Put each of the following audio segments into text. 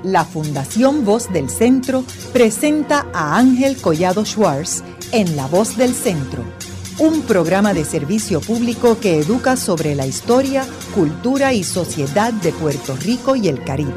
la Fundación Voz del Centro presenta a Ángel Collado Schwartz en La Voz del Centro, un programa de servicio público que educa sobre la historia, cultura y sociedad de Puerto Rico y el Caribe.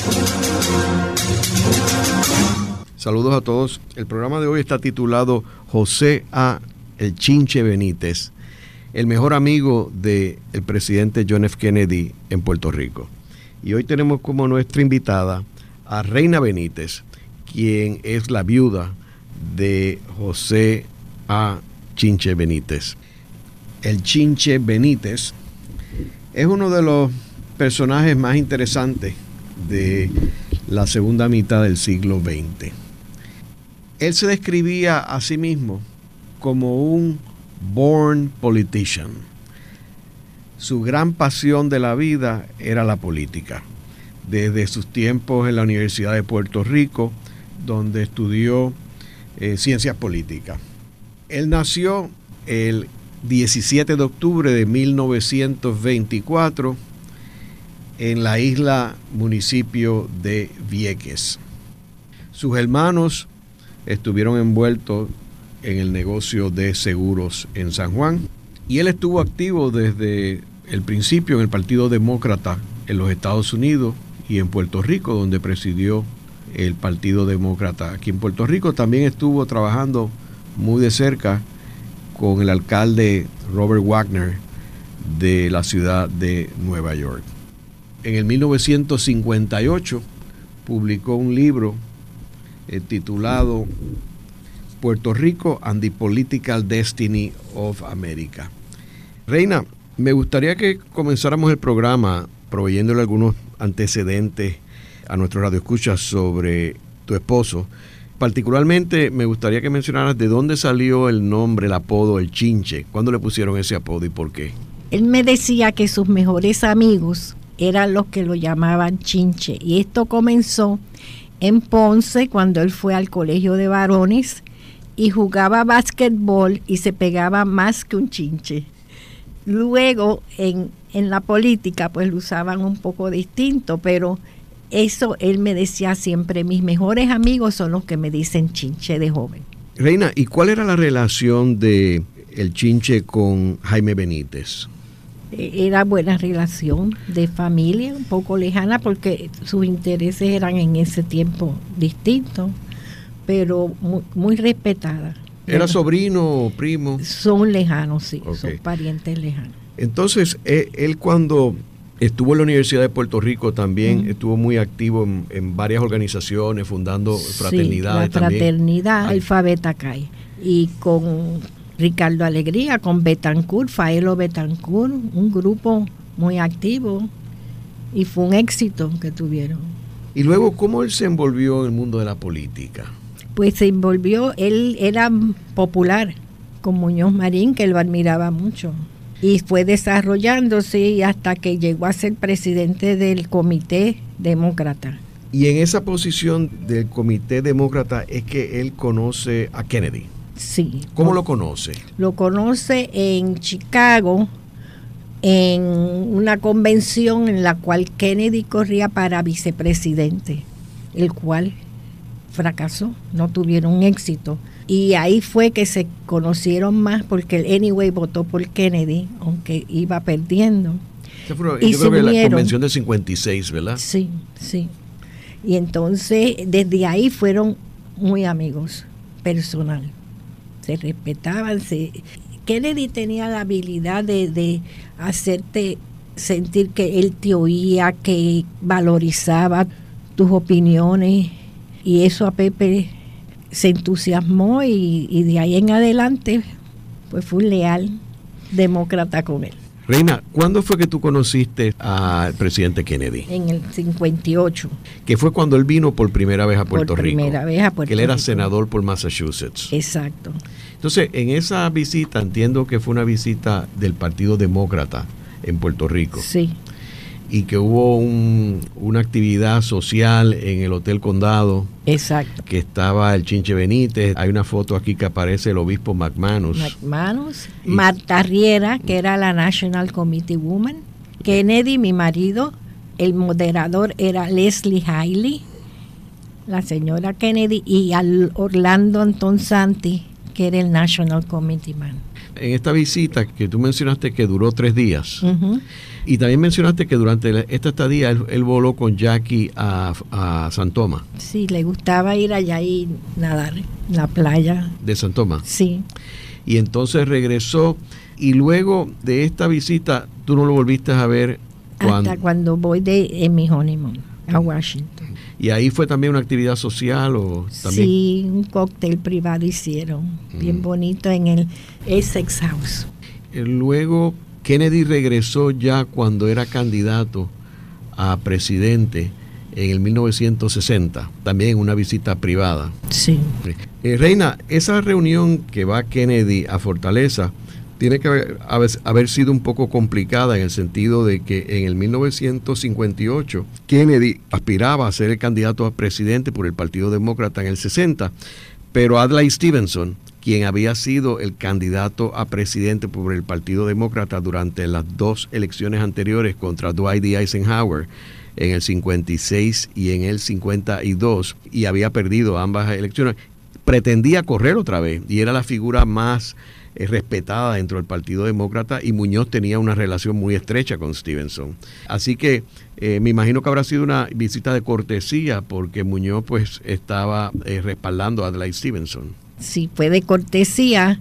Saludos a todos. El programa de hoy está titulado José A. El Chinche Benítez, el mejor amigo del presidente John F. Kennedy en Puerto Rico. Y hoy tenemos como nuestra invitada a Reina Benítez, quien es la viuda de José A. Chinche Benítez. El Chinche Benítez es uno de los personajes más interesantes de la segunda mitad del siglo XX. Él se describía a sí mismo como un born politician. Su gran pasión de la vida era la política. Desde sus tiempos en la Universidad de Puerto Rico, donde estudió ciencias políticas. Él nació el 17 de octubre de 1924 en la isla municipio de Vieques. Sus hermanos estuvieron envueltos en el negocio de seguros en San Juan y él estuvo activo desde el principio en el Partido Demócrata en los Estados Unidos y en Puerto Rico, donde presidió el Partido Demócrata. Aquí en Puerto Rico también estuvo trabajando muy de cerca con el alcalde Robert Wagner de la ciudad de Nueva York. En el 1958 publicó un libro titulado Puerto Rico and the Political Destiny of America. Reina, me gustaría que comenzáramos el programa proveyéndole algunos antecedentes a nuestros radioescuchas sobre tu esposo. Particularmente me gustaría que mencionaras de dónde salió el nombre, el apodo, el Chinche. ¿Cuándo le pusieron ese apodo y por qué? Él me decía que sus mejores amigos eran los que lo llamaban Chinche. Y esto comenzó en Ponce cuando él fue al colegio de varones y jugaba básquetbol y se pegaba más que un chinche. Luego en la política pues lo usaban un poco distinto, pero eso él me decía siempre, mis mejores amigos son los que me dicen Chinche de joven. Reina, ¿y cuál era la relación de el Chinche con Jaime Benítez? Era buena relación de familia, un poco lejana porque sus intereses eran en ese tiempo distintos, pero muy respetada. ¿Era sobrino o primo? Son lejanos, sí, Okay. Son parientes lejanos. Entonces, él cuando estuvo en la Universidad de Puerto Rico también estuvo muy activo en varias organizaciones, fundando fraternidades la fraternidad también. Alfa Beta Chi. Y con Ricardo Alegría, con Betancourt, Faelo Betancourt, un grupo muy activo. Y fue un éxito que tuvieron. Y luego, ¿cómo él se envolvió en el mundo de la política? Pues se envolvió, él era popular con Muñoz Marín, que lo admiraba mucho. Y fue desarrollándose hasta que llegó a ser presidente del Comité Demócrata. Y en esa posición del Comité Demócrata es que él conoce a Kennedy. Sí. ¿Cómo lo conoce? Lo conoce en Chicago, en una convención en la cual Kennedy corría para vicepresidente, el cual fracasó, no tuvieron éxito. Y ahí fue que se conocieron más porque el Anyway votó por Kennedy, aunque iba perdiendo. Yo creo que la convención del 56, ¿verdad? Sí, sí. Y entonces desde ahí fueron muy amigos, personal. Se respetaban. Kennedy tenía la habilidad de hacerte sentir que él te oía, que valorizaba tus opiniones. Y eso a Pepe se entusiasmó y de ahí en adelante pues fue un leal demócrata con él. Reina, ¿cuándo fue que tú conociste al presidente Kennedy? En el 58. Que fue cuando él vino por primera vez a Puerto Rico. Por primera vez a Puerto Rico. Que él era senador por Massachusetts. Exacto. Entonces, en esa visita, entiendo que fue una visita del Partido Demócrata en Puerto Rico. Sí. Y que hubo una actividad social en el Hotel Condado. Exacto. Que estaba el Chinche Benítez. Hay una foto aquí que aparece el obispo McManus. Marta Riera, que era la National Committee Woman. Kennedy, mi marido. El moderador era Leslie Haley. la señora Kennedy y al Orlando Anton Santi, que era el National Committee Man. En esta visita que tú mencionaste que duró 3 días, Uh-huh. y también mencionaste que durante esta estadía él voló con Jackie a San Tomás. Sí, le gustaba ir allá y nadar en la playa. De San Tomás. Sí. Y entonces regresó, y luego de esta visita tú no lo volviste a ver Hasta cuando voy en mi honeymoon a Washington. ¿Y ahí fue también una actividad social o también? Sí, un cóctel privado hicieron, bien bonito en el Essex House. Luego Kennedy regresó ya cuando era candidato a presidente en el 1960, también en una visita privada. Sí. Reina, esa reunión que va Kennedy a Fortaleza tiene que haber sido un poco complicada en el sentido de que en el 1958 Kennedy aspiraba a ser el candidato a presidente por el Partido Demócrata en el 60, pero Adlai Stevenson, quien había sido el candidato a presidente por el Partido Demócrata durante las 2 elecciones anteriores contra Dwight D. Eisenhower, en el 56 y en el 52, y había perdido ambas elecciones, pretendía correr otra vez, y era la figura más respetada dentro del Partido Demócrata, y Muñoz tenía una relación muy estrecha con Stevenson. Así que me imagino que habrá sido una visita de cortesía, porque Muñoz pues estaba respaldando a Adlai Stevenson. Sí, fue de cortesía,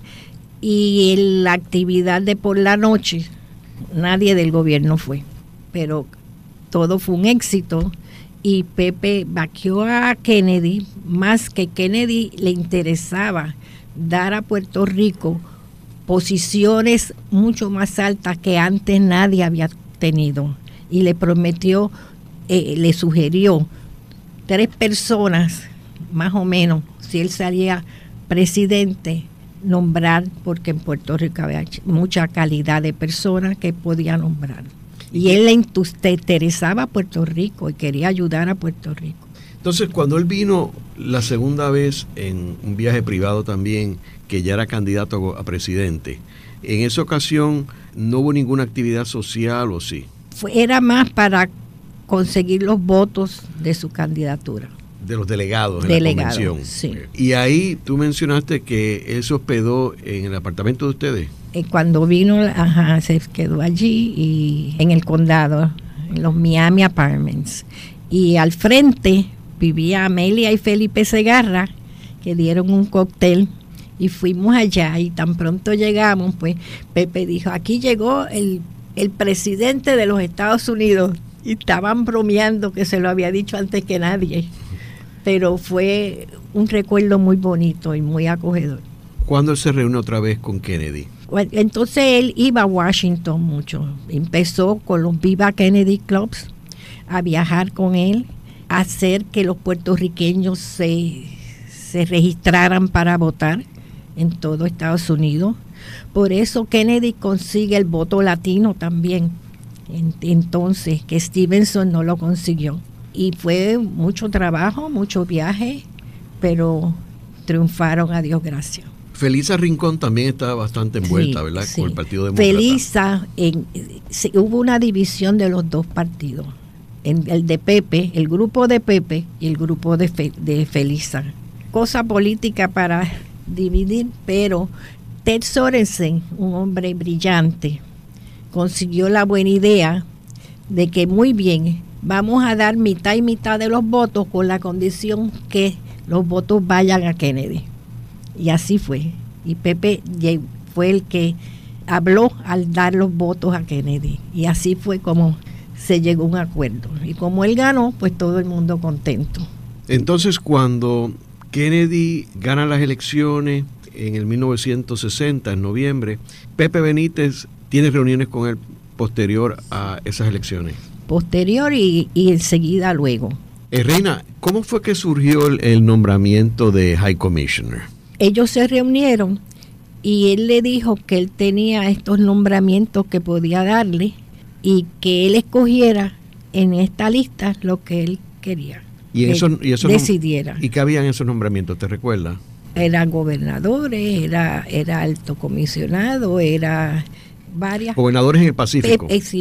y en la actividad de por la noche nadie del gobierno fue, pero todo fue un éxito, y Pepe vaqueó a Kennedy, más que Kennedy le interesaba dar a Puerto Rico posiciones mucho más altas que antes nadie había tenido, y le prometió, le sugirió 3 personas más o menos, si él salía presidente, nombrar, porque en Puerto Rico había mucha calidad de personas que podía nombrar. Y él le interesaba a Puerto Rico y quería ayudar a Puerto Rico. Entonces, cuando él vino la segunda vez en un viaje privado también, que ya era candidato a presidente, en esa ocasión no hubo ninguna actividad social, ¿o sí? Era más para conseguir los votos de su candidatura. De los delegados de la convención. Sí. Y ahí tú mencionaste que él se hospedó en el apartamento de ustedes. Cuando vino, se quedó allí y en el condado, en los Miami Apartments. Y al frente vivía Amelia y Felipe Segarra, que dieron un cóctel, y fuimos allá, y tan pronto llegamos, pues Pepe dijo, aquí llegó el presidente de los Estados Unidos, y estaban bromeando que se lo había dicho antes que nadie, pero fue un recuerdo muy bonito y muy acogedor. ¿Cuándo él se reunió otra vez con Kennedy? Entonces él iba a Washington mucho, empezó con los Viva Kennedy Clubs, a viajar con él, a hacer que los puertorriqueños se registraran para votar en todo Estados Unidos. Por eso Kennedy consigue el voto latino también, entonces, que Stevenson no lo consiguió. Y fue mucho trabajo, mucho viaje, pero triunfaron, a Dios gracias. Felisa Rincón también estaba bastante envuelta, Sí, ¿verdad? sí. Con el Partido Demócrata. Felisa, hubo una división de los 2 partidos, el de Pepe, el grupo de Pepe y el grupo de Felisa. Cosa política para dividir, pero Ted Sorensen, un hombre brillante, consiguió la buena idea de que muy bien, vamos a dar mitad y mitad de los votos con la condición que los votos vayan a Kennedy. Y así fue. Y Pepe fue el que habló al dar los votos a Kennedy. Y así fue como se llegó a un acuerdo. Y como él ganó, pues todo el mundo contento. Entonces, cuando Kennedy gana las elecciones en el 1960, en noviembre, Pepe Benítez tiene reuniones con él posterior a esas elecciones. Posterior y enseguida luego. Reina, ¿cómo fue que surgió el nombramiento de High Commissioner? Ellos se reunieron y él le dijo que él tenía estos nombramientos que podía darle y que él escogiera en esta lista lo que él quería. Y eso decidiera. ¿Y qué había en esos nombramientos? ¿Te recuerdas? Eran gobernadores, era alto comisionado, era varias. Gobernadores en el Pacífico. Sí,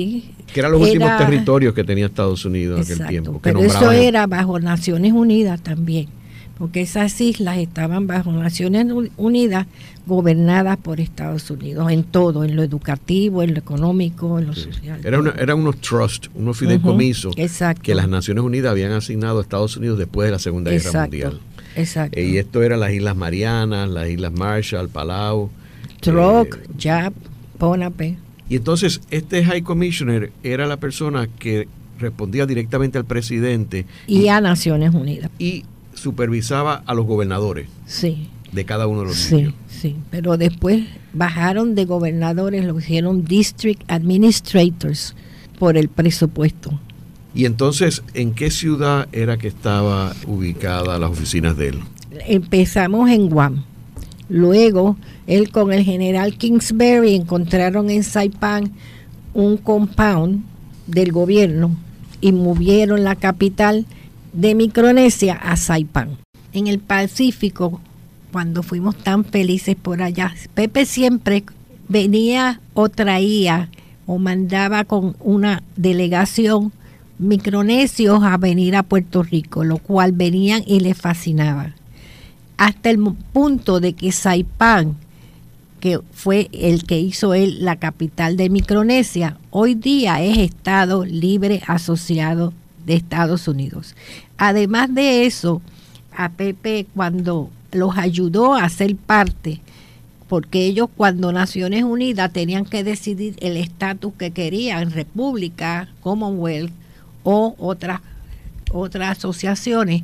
Que eran los últimos territorios que tenía Estados Unidos en aquel tiempo. Pero eso era bajo Naciones Unidas también, porque esas islas estaban bajo Naciones Unidas gobernadas por Estados Unidos, en todo, en lo educativo, en lo económico, en lo social. Eran unos trusts, unos fideicomisos que las Naciones Unidas habían asignado a Estados Unidos después de la Segunda Guerra Mundial. Exacto. Y esto eran las Islas Marianas, las Islas Marshall, Palau, Truk, Yap, Ponape. Y entonces este High Commissioner era la persona que respondía directamente al presidente y a Naciones Unidas. Y supervisaba a los gobernadores de cada uno de los sitios. Sí, pero después bajaron de gobernadores, lo hicieron District Administrators por el presupuesto. Y entonces, ¿en qué ciudad era que estaba ubicada las oficinas de él? Empezamos en Guam. Luego, él con el general Kingsbury encontraron en Saipan un compound del gobierno y movieron la capital de Micronesia a Saipan. En el Pacífico, cuando fuimos tan felices por allá, Pepe siempre venía o traía o mandaba con una delegación micronesios a venir a Puerto Rico, lo cual venían y les fascinaba. Hasta el punto de que Saipan, que fue el que hizo él la capital de Micronesia, hoy día es Estado Libre Asociado de Estados Unidos. Además de eso, a Pepe cuando los ayudó a ser parte, porque ellos cuando Naciones Unidas tenían que decidir el estatus que querían, República, Commonwealth o otras asociaciones,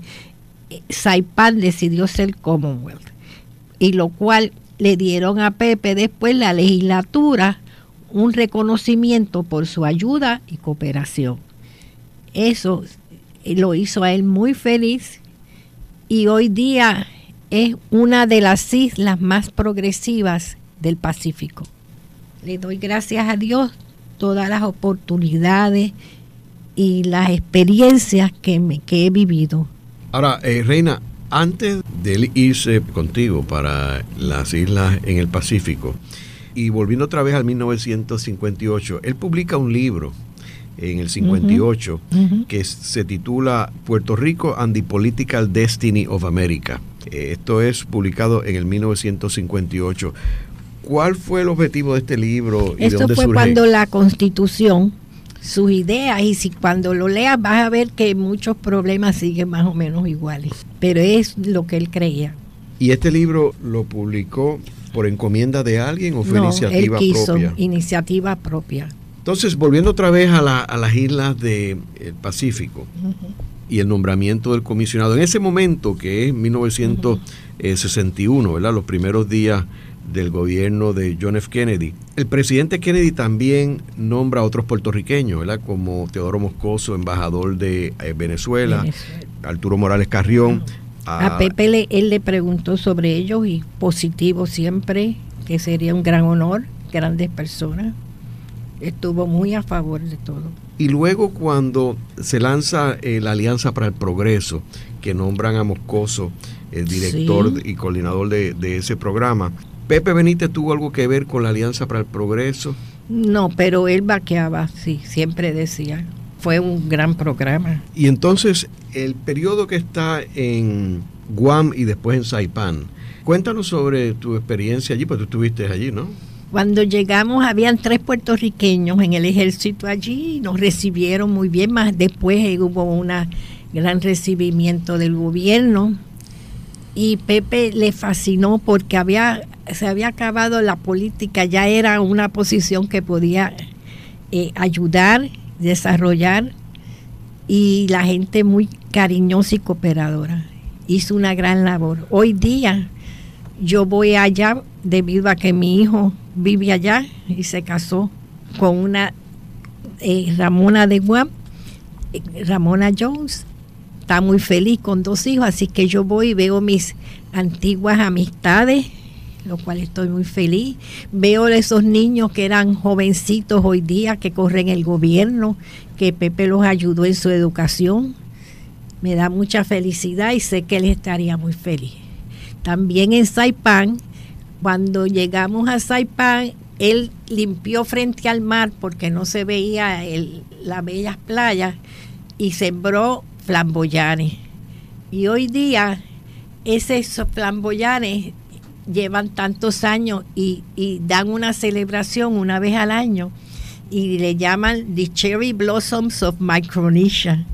Saipan decidió ser Commonwealth, y lo cual le dieron a Pepe después la legislatura un reconocimiento por su ayuda y cooperación. Eso lo hizo a él muy feliz y hoy día es una de las islas más progresivas del Pacífico. Le doy gracias a Dios todas las oportunidades y las experiencias que he vivido. Ahora, Reina, antes de él irse contigo para las islas en el Pacífico y volviendo otra vez al 1958, él publica un libro en el 58 que se titula Puerto Rico and the Political Destiny of America. Esto es publicado en el 1958. ¿Cuál fue el objetivo de este libro? ¿Y Eso de dónde fue surge? Cuando la Constitución, sus ideas, y si cuando lo leas vas a ver que muchos problemas siguen más o menos iguales, pero es lo que él creía. ¿Y este libro lo publicó por encomienda de alguien o fue iniciativa él quiso, propia? Iniciativa propia. Entonces, volviendo otra vez a las islas del Pacífico y el nombramiento del comisionado, en ese momento que es 1961, ¿verdad? Los primeros días del gobierno de John F. Kennedy, el presidente Kennedy también nombra a otros puertorriqueños, ¿verdad? Como Teodoro Moscoso, embajador de Venezuela, Arturo Morales Carrión. A Pepe él le preguntó sobre ellos y positivo siempre, que sería un gran honor, grandes personas. Estuvo muy a favor de todo. Y luego cuando se lanza la Alianza para el Progreso, que nombran a Moscoso, el director y coordinador de ese programa, ¿Pepe Benítez tuvo algo que ver con la Alianza para el Progreso? No, pero él vaqueaba, sí, siempre decía. Fue un gran programa. Y entonces, el periodo que está en Guam y después en Saipan, cuéntanos sobre tu experiencia allí, porque tú estuviste allí, ¿no? Cuando llegamos habían 3 puertorriqueños en el ejército allí, nos recibieron muy bien, más después hubo un gran recibimiento del gobierno y Pepe le fascinó porque se había acabado la política, ya era una posición que podía ayudar, desarrollar, y la gente muy cariñosa y cooperadora. Hizo una gran labor. Hoy día yo voy allá debido a que mi hijo vive allá y se casó con una Ramona de Guam, Ramona Jones. Está muy feliz con 2 hijos, así que yo voy y veo mis antiguas amistades, lo cual estoy muy feliz. Veo esos niños que eran jovencitos hoy día, que corren el gobierno, que Pepe los ayudó en su educación. Me da mucha felicidad y sé que él estaría muy feliz. También en Saipan, cuando llegamos a Saipan, él limpió frente al mar porque no se veía las bellas playas y sembró flamboyanes. Y hoy día esos flamboyanes llevan tantos años y dan una celebración una vez al año y le llaman The Cherry Blossoms of Micronesia.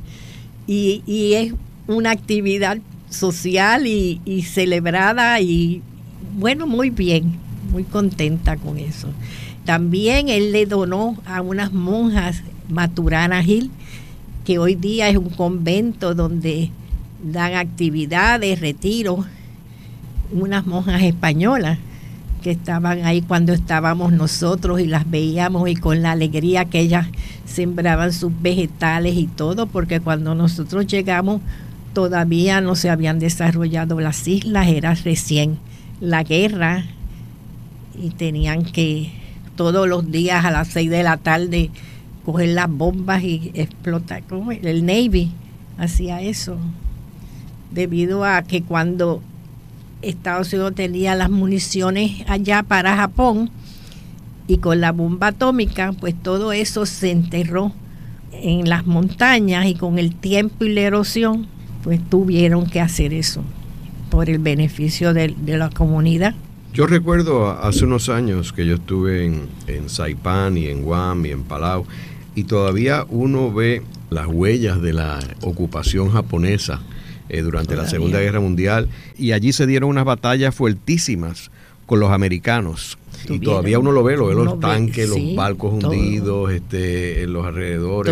Y es una actividad social y celebrada y bueno, muy bien, muy contenta con eso. También él le donó a unas monjas Maturana Hill, que hoy día es un convento donde dan actividades, retiros, unas monjas españolas que estaban ahí cuando estábamos nosotros y las veíamos y con la alegría que ellas sembraban sus vegetales y todo, porque cuando nosotros llegamos todavía no se habían desarrollado las islas, era recién la guerra y tenían que todos los días a las 6 de la tarde coger las bombas y explotar. ¿Cómo? El Navy hacía eso, debido a que cuando Estados Unidos tenía las municiones allá para Japón y con la bomba atómica, pues todo eso se enterró en las montañas y con el tiempo y la erosión, pues tuvieron que hacer eso por el beneficio de la comunidad. Yo recuerdo hace unos años que yo estuve en Saipán y en Guam y en Palau y todavía uno ve las huellas de la ocupación japonesa durante la Segunda Guerra Mundial, y allí se dieron unas batallas fuertísimas con los americanos. Y todavía uno lo ve los tanques, los barcos hundidos, en los alrededores.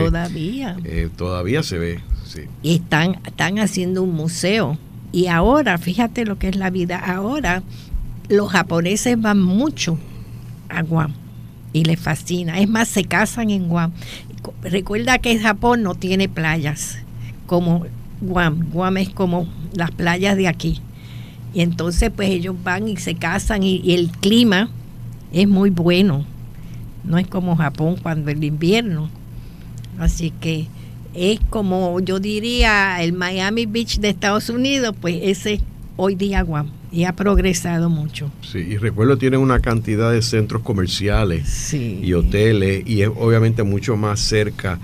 Todavía se ve, sí. Y están haciendo un museo. Y ahora, fíjate lo que es la vida. Ahora los japoneses van mucho a Guam y les fascina. Es más, se casan en Guam. Recuerda que Japón no tiene playas como Guam. Guam es como las playas de aquí. Y entonces pues ellos van y se casan y el clima es muy bueno. No es como Japón cuando es el invierno. Así que es como yo diría el Miami Beach de Estados Unidos, pues ese hoy día Guam. Y ha progresado mucho. Sí, y recuerdo tienen una cantidad de centros comerciales, sí, y hoteles, y es obviamente mucho más cerca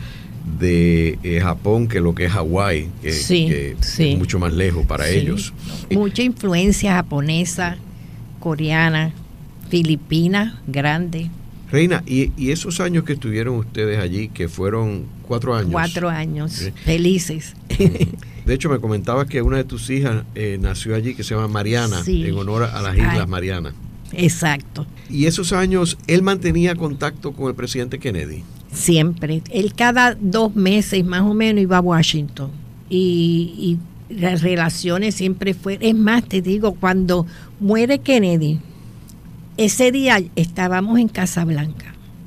de Japón que lo que es Hawái, que es mucho más lejos para ellos. Mucha influencia japonesa, coreana, filipina, grande. Reina, y esos años que estuvieron ustedes allí, que fueron 4 años. 4 años, ¿sí? Felices. De hecho, me comentabas que una de tus hijas nació allí, que se llama Mariana, sí, en honor a las Islas Marianas. Exacto. ¿Y esos años él mantenía contacto con el presidente Kennedy? Siempre. Él cada 2 meses más o menos iba a Washington. Y las relaciones siempre fueron. Es más, te digo, cuando muere Kennedy, ese día estábamos en Casablanca.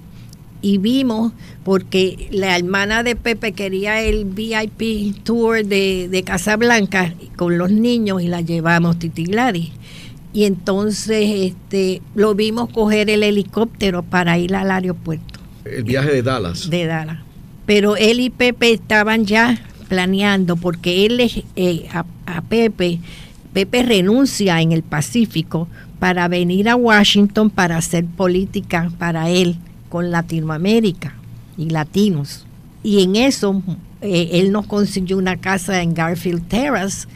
Y vimos, porque la hermana de Pepe quería el VIP tour de Casablanca con los niños y la llevamos Titi Gladys. Y entonces lo vimos coger el helicóptero para ir al aeropuerto. El viaje de Dallas. De Dallas. Pero él y Pepe estaban ya planeando, porque él a Pepe renuncia en el Pacífico para venir a Washington para hacer política para él con Latinoamérica y latinos. Y en eso él nos consiguió una casa en Garfield Terrace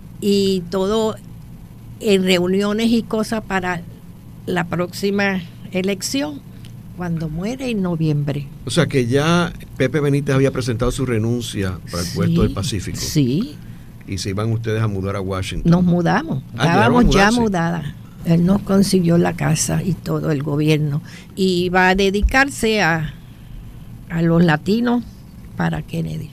y todo en reuniones y cosas para la próxima elección, cuando muere en noviembre. O sea que ya Pepe Benítez había presentado su renuncia para el puesto del Pacífico. Sí. Y se iban ustedes a mudar a Washington. Nos mudamos, estábamos ya mudadas. Él nos consiguió la casa y todo el gobierno. Y va a dedicarse a los latinos para Kennedy.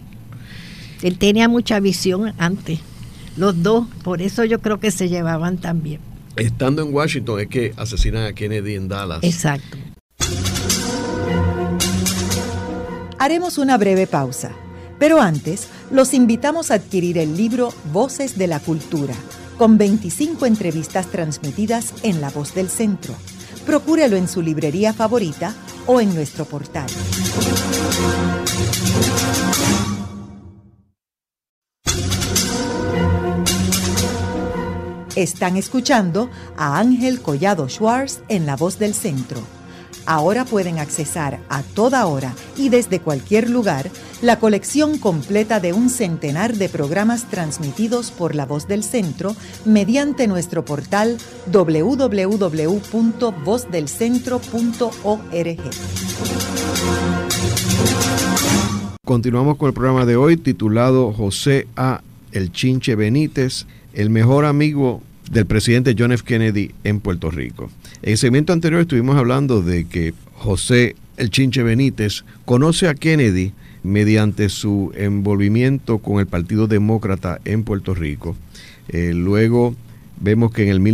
Él tenía mucha visión antes, los dos, por eso yo creo que se llevaban tan bien. Estando en Washington es que asesinan a Kennedy en Dallas. Exacto. Haremos una breve pausa, pero antes los invitamos a adquirir el libro Voces de la Cultura, con 25 entrevistas transmitidas en La Voz del Centro. Procúrelo en su librería favorita o en nuestro portal. Están escuchando a Ángel Collado Schwartz en La Voz del Centro. Ahora pueden accesar a toda hora y desde cualquier lugar la colección completa de un centenar de programas transmitidos por La Voz del Centro mediante nuestro portal www.vozdelcentro.org. Continuamos con el programa de hoy titulado José A. El Chinche Benítez, el mejor amigo del presidente John F. Kennedy en Puerto Rico. En el segmento anterior estuvimos hablando de que José El Chinche Benítez conoce a Kennedy mediante su envolvimiento con el Partido Demócrata en Puerto Rico. Luego vemos que en el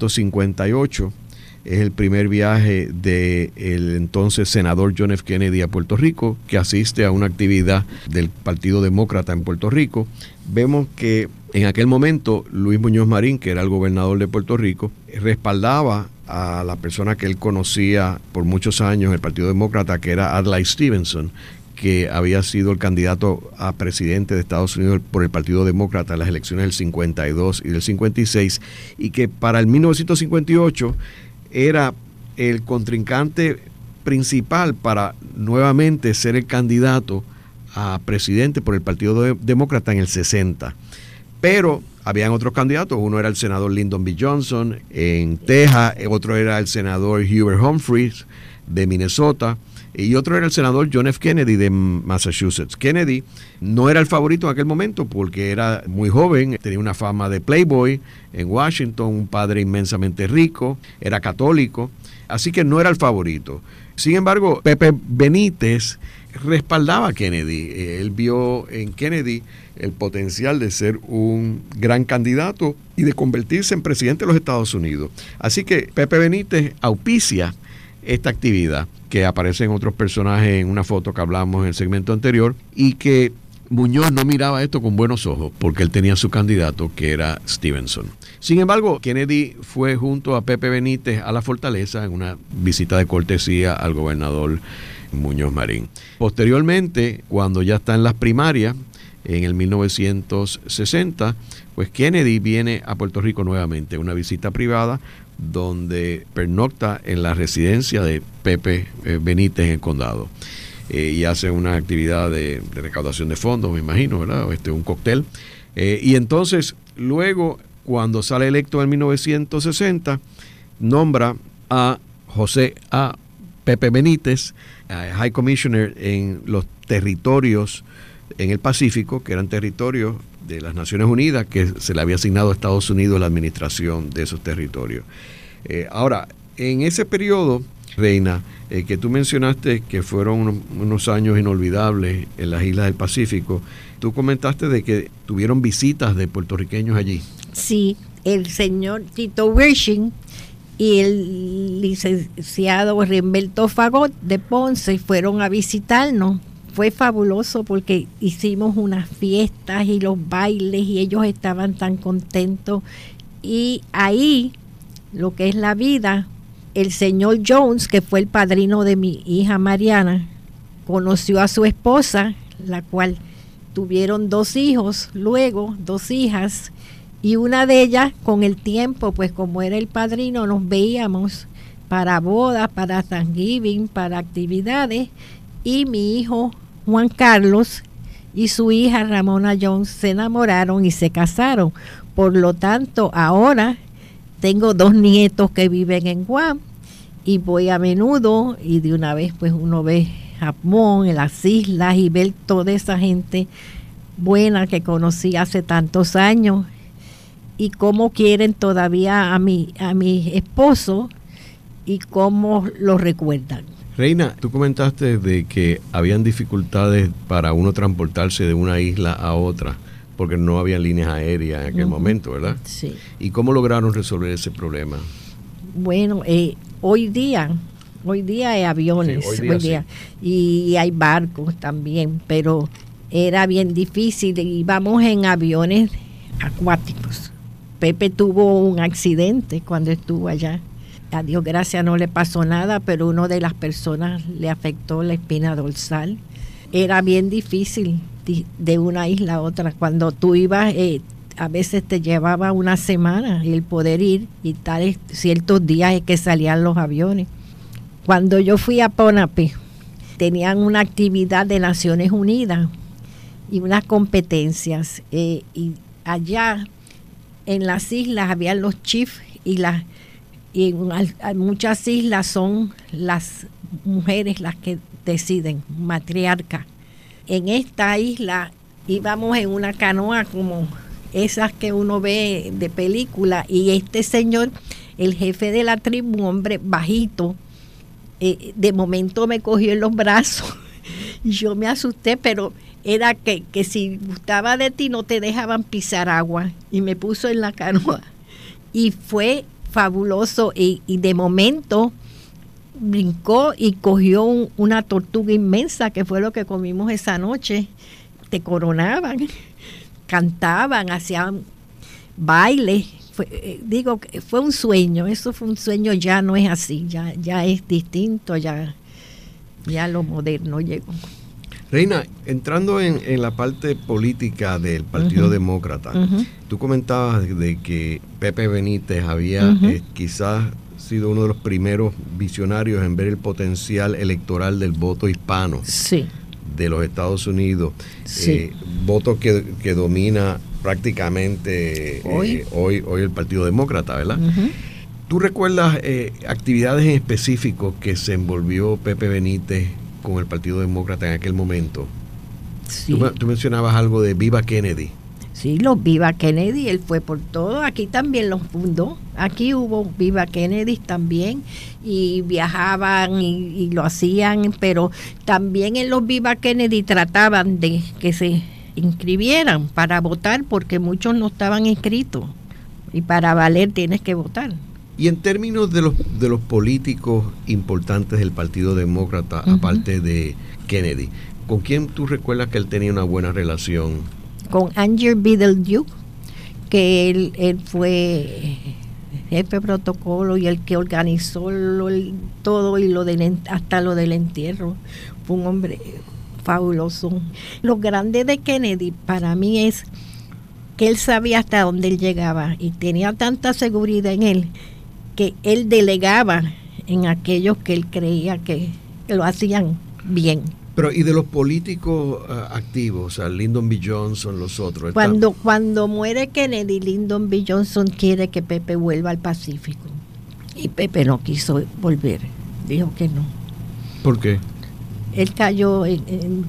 1958 es el primer viaje del entonces senador John F. Kennedy a Puerto Rico, que asiste a una actividad del Partido Demócrata en Puerto Rico. Vemos que en aquel momento Luis Muñoz Marín, que era el gobernador de Puerto Rico, respaldaba a la persona que él conocía por muchos años, el Partido Demócrata, que era Adlai Stevenson, que había sido el candidato a presidente de Estados Unidos por el Partido Demócrata en las elecciones del 52 y del 56, y que para el 1958 era el contrincante principal para nuevamente ser el candidato a presidente por el Partido Demócrata en el 60. Pero habían otros candidatos. Uno era el senador Lyndon B. Johnson en Texas, otro era el senador Hubert Humphreys de Minnesota, y otro era el senador John F. Kennedy de Massachusetts. Kennedy no era el favorito en aquel momento porque era muy joven, tenía una fama de playboy en Washington, un padre inmensamente rico, era católico, así que no era el favorito. Sin embargo, Pepe Benítez respaldaba a Kennedy. Él vio en Kennedy el potencial de ser un gran candidato y de convertirse en presidente de los Estados Unidos. Así que Pepe Benítez auspicia esta actividad, que aparece en otros personajes en una foto que hablamos en el segmento anterior, y que Muñoz no miraba esto con buenos ojos porque él tenía su candidato, que era Stevenson. Sin embargo, Kennedy fue junto a Pepe Benítez a la fortaleza en una visita de cortesía al gobernador Muñoz Marín. Posteriormente, cuando ya está en las primarias, en el 1960, pues Kennedy viene a Puerto Rico nuevamente, una visita privada donde pernocta en la residencia de Pepe Benítez en el condado, y hace una actividad de recaudación de fondos, me imagino, ¿verdad? Un cóctel. Y entonces, luego, cuando sale electo en 1960, nombra a José A. Pepe Benítez, High Commissioner en los territorios en el Pacífico, que eran territorios de las Naciones Unidas, que se le había asignado a Estados Unidos la administración de esos territorios. Ahora, en ese periodo, Reina, que tú mencionaste que fueron unos años inolvidables en las islas del Pacífico, tú comentaste de que tuvieron visitas de puertorriqueños allí. Sí, el señor Tito Wershing y el licenciado Humberto Fagot de Ponce fueron a visitarnos. Fue fabuloso porque hicimos unas fiestas y los bailes y ellos estaban tan contentos. Y ahí, lo que es la vida, el señor Jones, que fue el padrino de mi hija Mariana, conoció a su esposa, la cual tuvieron 2 hijos, luego 2 hijas, y una de ellas con el tiempo, pues como era el padrino, nos veíamos para bodas, para Thanksgiving, para actividades, y mi hijo Juan Carlos y su hija Ramona Jones se enamoraron y se casaron. Por lo tanto, ahora tengo 2 nietos que viven en Guam y voy a menudo, y de una vez pues uno ve Japón, en las islas, y ver toda esa gente buena que conocí hace tantos años y cómo quieren todavía a mi esposo y cómo lo recuerdan. Reina, tú comentaste de que habían dificultades para uno transportarse de una isla a otra porque no había líneas aéreas en aquel momento, ¿verdad? Sí. ¿Y cómo lograron resolver ese problema? Bueno, hoy día hay aviones, Sí, hoy día. Y hay barcos también, pero era bien difícil. Íbamos en aviones acuáticos. Pepe tuvo un accidente cuando estuvo allá. A Dios gracias no le pasó nada, pero una de las personas le afectó la espina dorsal. Era bien difícil de una isla a otra. Cuando tú ibas, a veces te llevaba una semana el poder ir, y tal ciertos días es que salían los aviones. Cuando yo fui a Ponape, tenían una actividad de Naciones Unidas y unas competencias. Y allá en las islas habían los chiefs y en muchas islas son las mujeres las que deciden, matriarca. En esta isla íbamos en una canoa como esas que uno ve de película, y este señor, el jefe de la tribu, un hombre bajito, de momento me cogió en los brazos y yo me asusté, pero era que si gustaba de ti no te dejaban pisar agua, y me puso en la canoa y fue fabuloso, y de momento brincó y cogió una tortuga inmensa, que fue lo que comimos esa noche. Te coronaban, cantaban, hacían baile. Fue un sueño, eso fue un sueño, ya no es así, ya es distinto, ya lo moderno llegó. Reina, entrando en la parte política del Partido Demócrata, tú comentabas de que Pepe Benítez había quizás sido uno de los primeros visionarios en ver el potencial electoral del voto hispano de los Estados Unidos, voto que domina prácticamente hoy el Partido Demócrata, ¿verdad? ¿Tú recuerdas actividades en específico que se envolvió Pepe Benítez con el Partido Demócrata en aquel momento? Sí. Tú mencionabas algo de Viva Kennedy. Sí, los Viva Kennedy, él fue por todo. Aquí también los fundó. Aquí hubo Viva Kennedy también, y viajaban y lo hacían, pero también en los Viva Kennedy trataban de que se inscribieran para votar, porque muchos no estaban inscritos, y para valer tienes que votar. Y en términos de los políticos importantes del Partido Demócrata, aparte de Kennedy, ¿con quién tú recuerdas que él tenía una buena relación? Con Andrew Biddle-Duke, que él fue jefe de protocolo y el que organizó todo, y hasta lo del entierro. Fue un hombre fabuloso. Lo grande de Kennedy para mí es que él sabía hasta dónde él llegaba, y tenía tanta seguridad en él que él delegaba en aquellos que él creía que lo hacían bien. Pero ¿y de los políticos activos, o sea, Lyndon B. Johnson, los otros? Cuando muere Kennedy, Lyndon B. Johnson quiere que Pepe vuelva al Pacífico, y Pepe no quiso volver, dijo que no. ¿Por qué? Él cayó en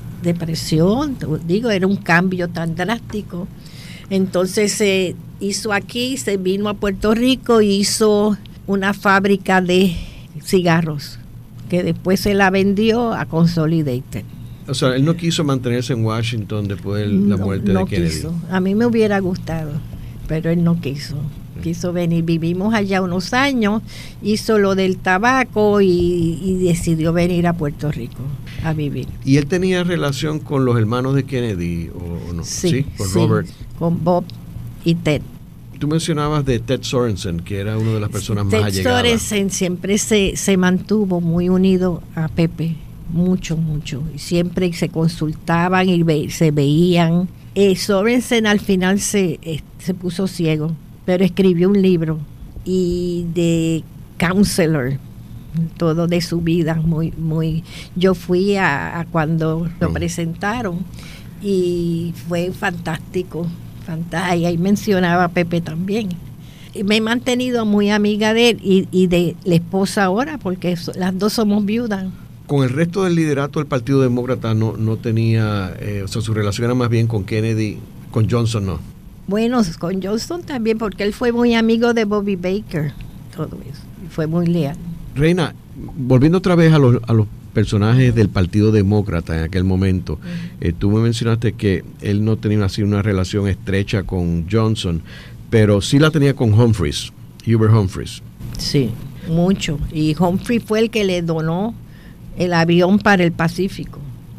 depresión, era un cambio tan drástico. Entonces se hizo aquí, se vino a Puerto Rico y hizo una fábrica de cigarros, que después se la vendió a Consolidated. O sea, él no quiso mantenerse en Washington después de la muerte de Kennedy. Quiso. A mí me hubiera gustado, pero él no quiso. Quiso venir. Vivimos allá unos años, hizo lo del tabaco y decidió venir a Puerto Rico a vivir. ¿Y él tenía relación con los hermanos de Kennedy o no? Sí, con Robert. Con Bob y Ted. Tú mencionabas de Ted Sorensen, que era una de las personas más allegadas. Ted Sorensen siempre se mantuvo muy unido a Pepe, mucho. Y siempre se consultaban y se veían. Sorensen al final se puso ciego, pero escribió un libro, y de counselor, todo de su vida, muy. Yo fui a cuando lo presentaron y fue fantástico. Y ahí mencionaba a Pepe también. Y me he mantenido muy amiga de él y de la esposa ahora, porque las dos somos viudas. Con el resto del liderato del Partido Demócrata no tenía, o sea, su relación era más bien con Kennedy, con Johnson no. Bueno, con Johnson también, porque él fue muy amigo de Bobby Baker, todo eso, y fue muy leal. Reina, volviendo otra vez a los personajes del Partido Demócrata en aquel momento, tú me mencionaste que él no tenía así una relación estrecha con Johnson, pero sí la tenía con Humphreys, Hubert Humphreys. Sí, mucho. Y Humphreys fue el que le donó el avión para el Pacífico.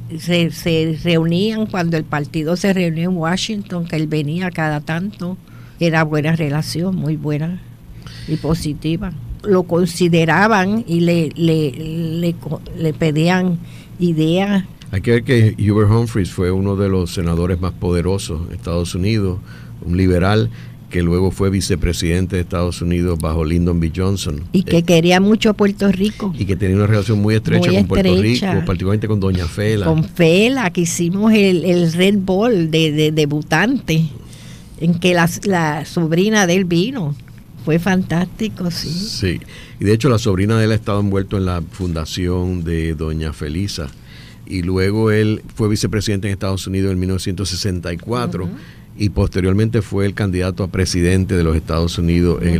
Se reunían cuando el partido se reunió en Washington, que él venía cada tanto. Era buena relación, muy buena y positiva. Lo consideraban y le pedían ideas. Hay que ver que Hubert Humphreys fue uno de los senadores más poderosos de Estados Unidos, un liberal que luego fue vicepresidente de Estados Unidos bajo Lyndon B. Johnson. Y que quería mucho a Puerto Rico. Y que tenía una relación muy estrecha con Puerto Rico, particularmente con doña Fela. Con Fela, que hicimos el Red Ball de debutante, en que la sobrina de él vino. Fue fantástico, sí. Sí, y de hecho la sobrina de él ha estado envuelto en la fundación de doña Felisa. Y luego él fue vicepresidente en Estados Unidos en 1964 y posteriormente fue el candidato a presidente de los Estados Unidos en el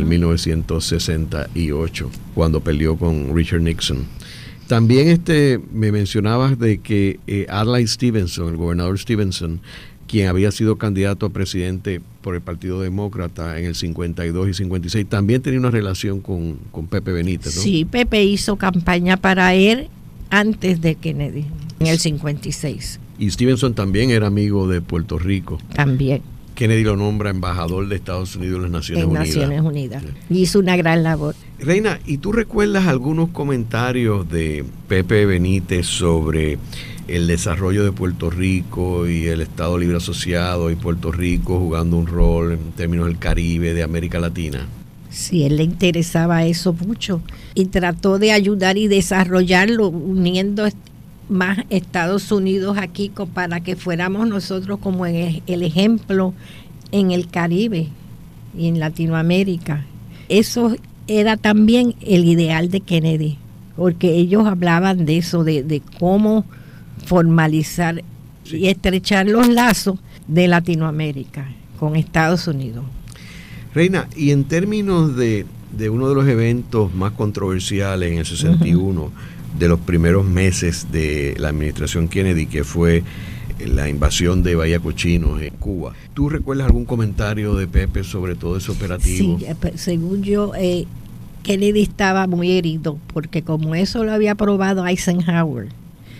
1968, cuando peleó con Richard Nixon. También me mencionabas de que Adlai Stevenson, el gobernador Stevenson, quien había sido candidato a presidente por el Partido Demócrata en el 52 y 56, también tenía una relación con Pepe Benítez, ¿no? Sí, Pepe hizo campaña para él antes de Kennedy, en el 56. Y Stevenson también era amigo de Puerto Rico. También. Kennedy lo nombra embajador de Estados Unidos en las Naciones Unidas. Naciones Unidas. Sí. Hizo una gran labor. Reina, ¿y tú recuerdas algunos comentarios de Pepe Benítez sobre el desarrollo de Puerto Rico y el Estado Libre Asociado y Puerto Rico jugando un rol en términos del Caribe, de América Latina? Sí, él le interesaba eso mucho y trató de ayudar y desarrollarlo uniendo más Estados Unidos aquí para que fuéramos nosotros como el ejemplo en el Caribe y en Latinoamérica. Eso era también el ideal de Kennedy, porque ellos hablaban de eso, de cómo formalizar y estrechar los lazos de Latinoamérica con Estados Unidos. Reina, y en términos de uno de los eventos más controversiales en el 61, de los primeros meses de la administración Kennedy, que fue la invasión de Bahía Cochinos en Cuba, ¿tú recuerdas algún comentario de Pepe sobre todo ese operativo? Sí, según yo, Kennedy estaba muy herido, porque como eso lo había aprobado Eisenhower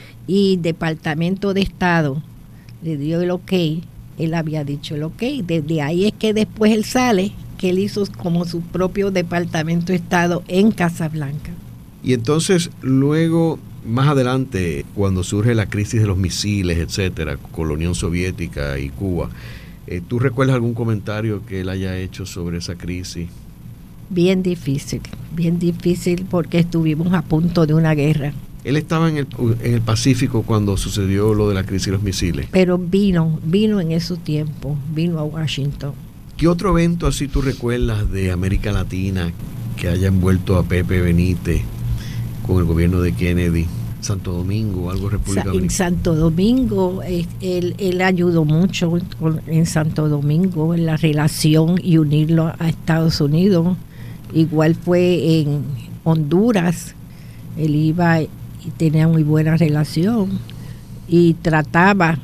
y Departamento de Estado le dio el ok, él había dicho el ok, desde ahí es que después él sale, que él hizo como su propio Departamento de Estado en Casablanca. Y entonces luego, más adelante, cuando surge la crisis de los misiles, etcétera, con la Unión Soviética y Cuba, ¿tú recuerdas algún comentario que él haya hecho sobre esa crisis? Bien difícil porque estuvimos a punto de una guerra. Él estaba en el Pacífico cuando sucedió lo de la crisis de los misiles. Pero vino en esos tiempos, vino a Washington. ¿Qué otro evento así tú recuerdas de América Latina que haya envuelto a Pepe Benítez con el gobierno de Kennedy? Santo Domingo, algo República Dominicana. En Santo Domingo, él ayudó mucho en Santo Domingo en la relación y unirlo a Estados Unidos. Igual fue en Honduras, él iba y tenía muy buena relación y trataba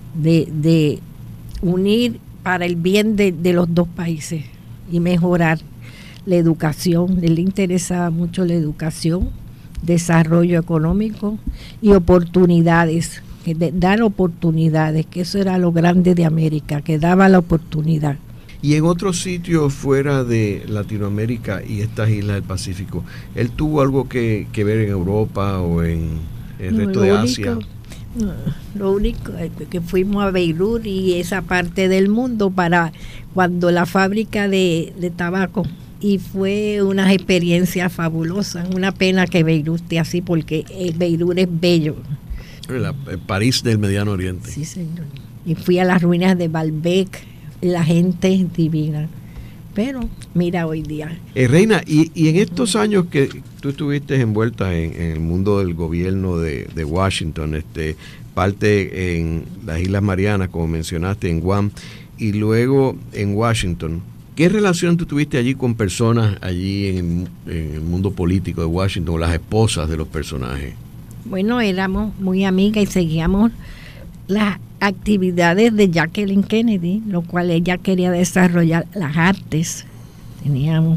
de unir para el bien de los dos países y mejorar la educación. Él le interesaba mucho la educación, desarrollo económico y oportunidades, dar oportunidades, que eso era lo grande de América, que daba la oportunidad. Y en otros sitios fuera de Latinoamérica y estas islas del Pacífico, ¿él tuvo algo que ver en Europa o en el resto de Asia? Lo único es que fuimos a Beirut y esa parte del mundo para cuando la fábrica de tabaco, y fue una experiencia fabulosa. Una pena que Beirut esté así, porque Beirut es bello. El París del Mediano Oriente. Sí, señor. Y fui a las ruinas de Baalbek, la gente es divina. Pero mira hoy día. Reina, y en estos años que tú estuviste envuelta en el mundo del gobierno de Washington, parte en las Islas Marianas, como mencionaste, en Guam, y luego en Washington, ¿qué relación tú tuviste allí con personas allí en el mundo político de Washington, las esposas de los personajes? Bueno, éramos muy amigas y seguíamos las actividades de Jacqueline Kennedy, lo cual ella quería desarrollar las artes. Teníamos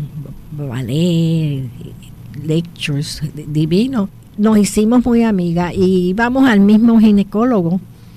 ballet, lectures, divino. Nos hicimos muy amigas y íbamos al mismo ginecólogo,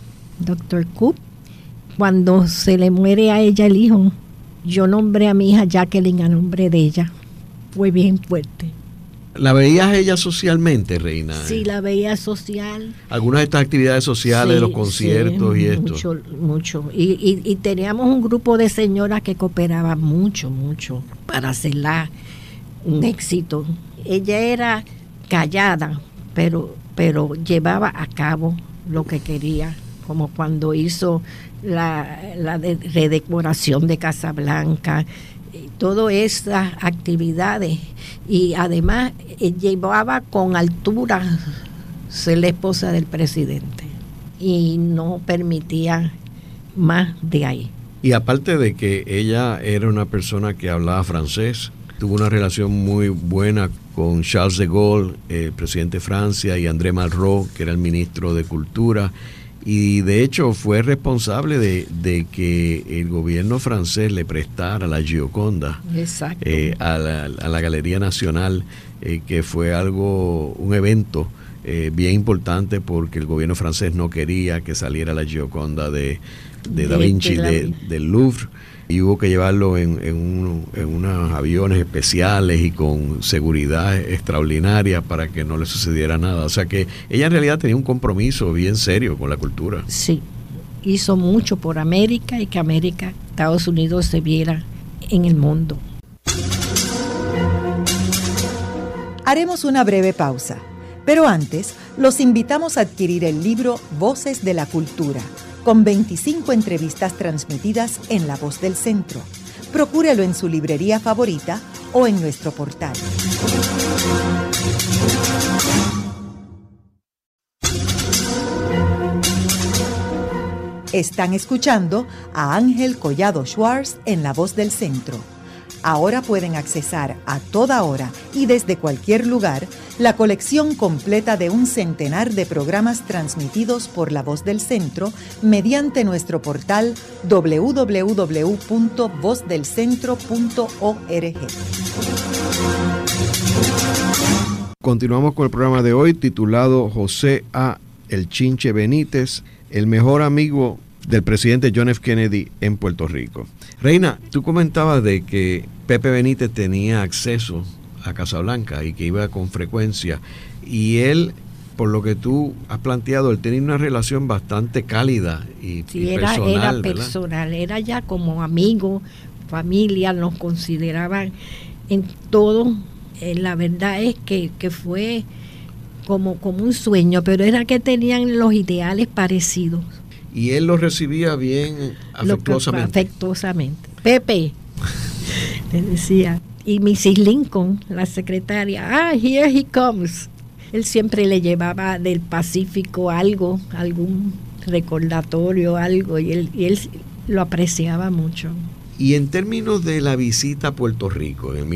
Dr. Coop. Cuando se le muere a ella el hijo, yo nombré a mi hija Jacqueline a nombre de ella. Fue bien fuerte. ¿La veías ella socialmente, Reina? Sí, la veía social. Algunas de estas actividades sociales, Sí, los conciertos sí, y esto. Mucho. Y teníamos un grupo de señoras que cooperaban mucho para hacerla un éxito. Ella era callada, pero llevaba a cabo lo que quería, como cuando hizo la redecoración de Casablanca, todas esas actividades, y además llevaba con altura ser la esposa del presidente y no permitía más de ahí. Y aparte de que ella era una persona que hablaba francés, tuvo una relación muy buena con Charles de Gaulle, el presidente de Francia, y André Malraux, que era el ministro de Cultura, y de hecho fue responsable de que el gobierno francés le prestara la Gioconda a la Galería Nacional, que fue un evento bien importante, porque el gobierno francés no quería que saliera la Gioconda de Da Vinci del Louvre, y hubo que llevarlo en unos aviones especiales y con seguridad extraordinaria para que no le sucediera nada. O sea que ella en realidad tenía un compromiso bien serio con la cultura. Sí, hizo mucho por América, y que Estados Unidos se viera en el mundo. Haremos una breve pausa, pero antes los invitamos a adquirir el libro Voces de la Cultura, con 25 entrevistas transmitidas en La Voz del Centro. Procúrelo en su librería favorita o en nuestro portal. Están escuchando a Ángel Collado Schwartz en La Voz del Centro. Ahora pueden accesar a toda hora y desde cualquier lugar la colección completa de un centenar de programas transmitidos por La Voz del Centro mediante nuestro portal www.vozdelcentro.org. Continuamos con el programa de hoy titulado José A. El Chinche Benítez, el mejor amigo del presidente John F. Kennedy en Puerto Rico. Reina, tú comentabas de que Pepe Benítez tenía acceso a Casablanca y que iba con frecuencia, y él, por lo que tú has planteado, él tenía una relación bastante cálida y personal. Era personal, era ya como amigo, familia, nos consideraban en todo. La verdad es que fue como un sueño, pero era que tenían los ideales parecidos. Y él lo recibía bien afectuosamente. Afectuosamente. Pepe, le decía. Y Mrs. Lincoln, la secretaria, here he comes. Él siempre le llevaba del Pacífico algo, algún recordatorio, algo, y él lo apreciaba mucho. Y en términos de la visita a Puerto Rico en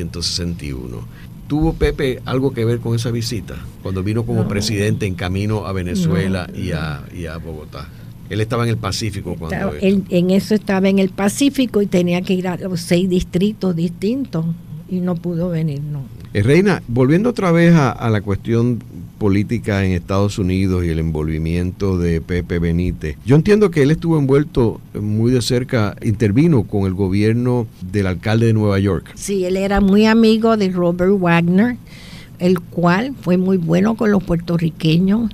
1961, ¿tuvo Pepe algo que ver con esa visita? Cuando vino como presidente en camino a Venezuela y a Bogotá. Él estaba en el Pacífico cuando... En eso estaba en el Pacífico y tenía que ir a los 6 distritos distintos y no pudo venir, no. Reina, volviendo otra vez a la cuestión política en Estados Unidos y el envolvimiento de Pepe Benítez, yo entiendo que él estuvo envuelto muy de cerca, intervino con el gobierno del alcalde de Nueva York. Sí, él era muy amigo de Robert Wagner, el cual fue muy bueno con los puertorriqueños.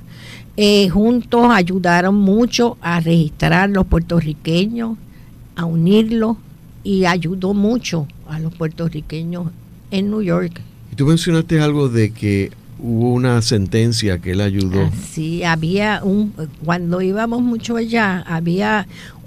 Juntos ayudaron mucho a registrar los puertorriqueños, a unirlos, y ayudó mucho a los puertorriqueños en New York. Y tú mencionaste algo de que hubo una sentencia que él ayudó. Sí, cuando íbamos mucho allá, había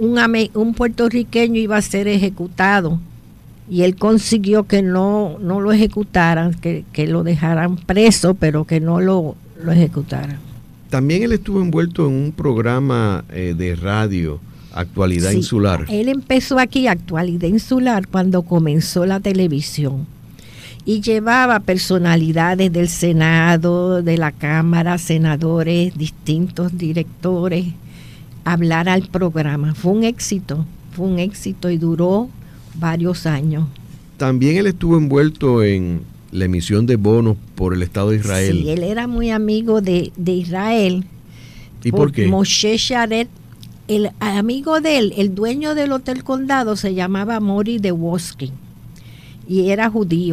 un puertorriqueño iba a ser ejecutado, y él consiguió que no lo ejecutaran, que lo dejaran preso, pero que no lo ejecutaran. También él estuvo envuelto en un programa de radio, Actualidad Insular. Él empezó aquí, Actualidad Insular, cuando comenzó la televisión. Y llevaba personalidades del Senado, de la Cámara, senadores, distintos directores, a hablar al programa. Fue un éxito y duró varios años. También él estuvo envuelto en la emisión de bonos por el Estado de Israel. Sí, él era muy amigo de Israel. ¿Y por qué? Moshe Sharet, el amigo de él, el dueño del Hotel Condado, se llamaba Mori de Wosky y era judío.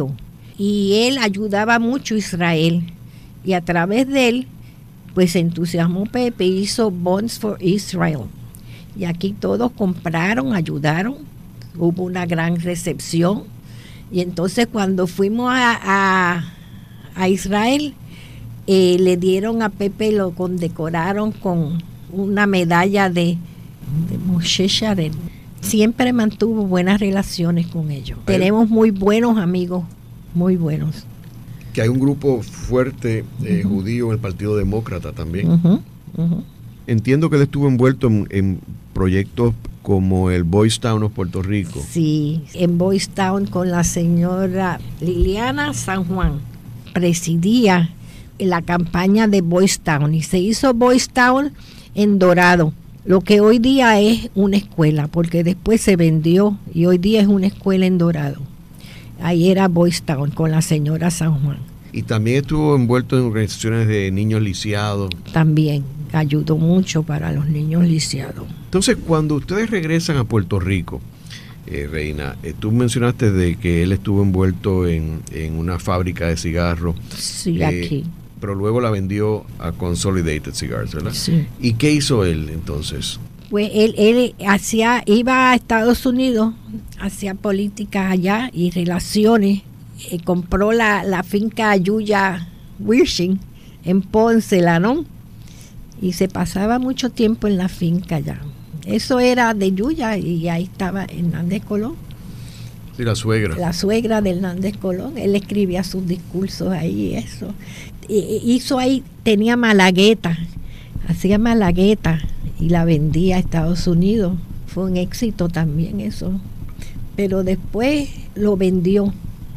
y él ayudaba mucho a Israel. Y a través de él, pues se entusiasmó Pepe, hizo Bonds for Israel. Y aquí todos compraron, ayudaron, hubo una gran recepción. Y entonces cuando fuimos a Israel, le dieron a Pepe, lo condecoraron con una medalla de Moshe Sharel. Siempre mantuvo buenas relaciones con ellos. Tenemos muy buenos amigos, muy buenos. Que hay un grupo fuerte judío en el Partido Demócrata también. Entiendo que él estuvo envuelto en proyectos como el Boys Town of Puerto Rico. Sí, en Boys Town con la señora Liliana San Juan. Presidía la campaña de Boys Town y se hizo Boys Town en Dorado, lo que hoy día es una escuela, porque después se vendió y hoy día es una escuela en Dorado. Ahí era Boys Town con la señora San Juan. Y también estuvo envuelto en organizaciones de niños lisiados. También ayudó mucho para los niños lisiados. Entonces, cuando ustedes regresan a Puerto Rico, Reina, tú mencionaste de que él estuvo envuelto en una fábrica de cigarros. Sí, aquí. Pero luego la vendió a Consolidated Cigars, ¿verdad? Sí. ¿Y qué hizo él entonces? Pues él iba a Estados Unidos, hacía políticas allá y relaciones. Compró la finca Yuya Wirshing en Ponce, Lanón, y se pasaba mucho tiempo en la finca allá. Eso era de Yuya y ahí estaba Hernández Colón. Sí, la suegra. La suegra de Hernández Colón. Él escribía sus discursos ahí, eso. Hizo ahí, tenía malagueta, hacía malagueta y la vendía a Estados Unidos. Fue un éxito también eso. Pero después lo vendió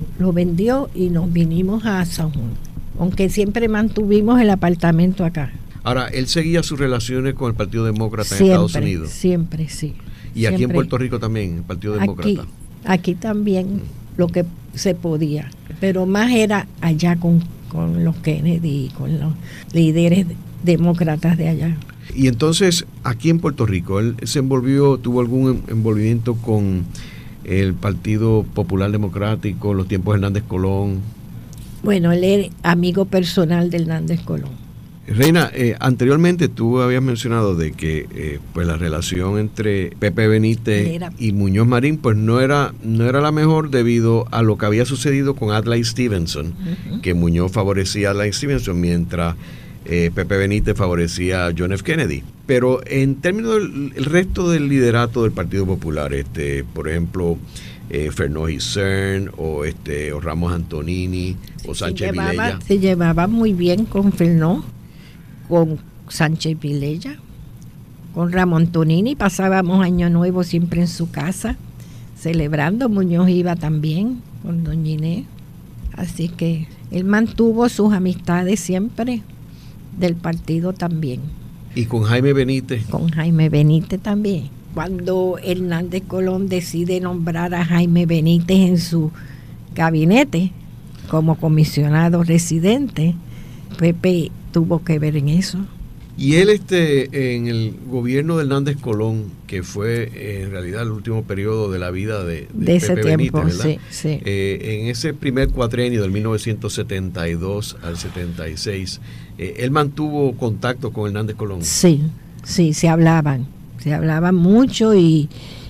y nos vinimos a San Juan. Aunque siempre mantuvimos el apartamento acá. Ahora, ¿él seguía sus relaciones con el Partido Demócrata en Estados Unidos? Siempre, sí. ¿Y siempre. aquí en Puerto Rico también, el Partido Demócrata? Aquí también lo que se podía, pero más era allá con los Kennedy, con los líderes demócratas de allá. Y entonces, aquí en Puerto Rico, ¿él se tuvo algún envolvimiento con el Partido Popular Democrático, los tiempos de Hernández Colón? Bueno, él era amigo personal de Hernández Colón. Reina, anteriormente tú habías mencionado de que pues la relación entre Pepe Benítez y Muñoz Marín pues no era la mejor debido a lo que había sucedido con Adlai Stevenson, que Muñoz favorecía a Adlai Stevenson mientras Pepe Benítez favorecía a John F. Kennedy. Pero en términos del resto del liderato del Partido Popular, por ejemplo, Fernó Isern o Ramos Antonini o Sánchez Vilella. Se llevaba muy bien con Fernó, con Sánchez Vilella, con Ramón Antonini. Pasábamos Año Nuevo siempre en su casa celebrando. Muñoz iba también con doña Inés, así que él mantuvo sus amistades siempre del partido también. ¿Y con Jaime Benítez? Con Jaime Benítez también. Cuando Hernández Colón decide nombrar a Jaime Benítez en su gabinete como comisionado residente, Pepe tuvo que ver en eso. Y él en el gobierno de Hernández Colón, que fue en realidad el último periodo de la vida de ese Pepe tiempo, Benítez, ¿verdad? Sí. En ese primer cuatrienio del 1972 al 76, él mantuvo contacto con Hernández Colón. Sí, se hablaban mucho y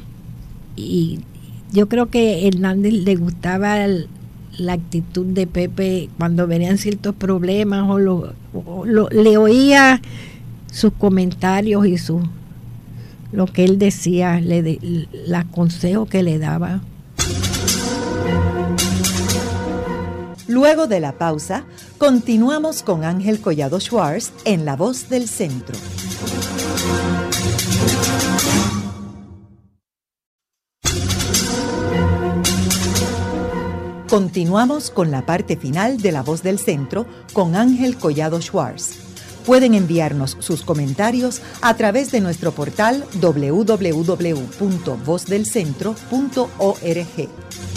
yo creo que Hernández le gustaba la actitud de Pepe cuando venían ciertos problemas o le oía sus comentarios y lo que él decía, los consejos que le daba. Luego de la pausa, continuamos con Ángel Collado Schwartz en La Voz del Centro. Continuamos con la parte final de La Voz del Centro con Ángel Collado Schwartz. Pueden enviarnos sus comentarios a través de nuestro portal www.vozdelcentro.org.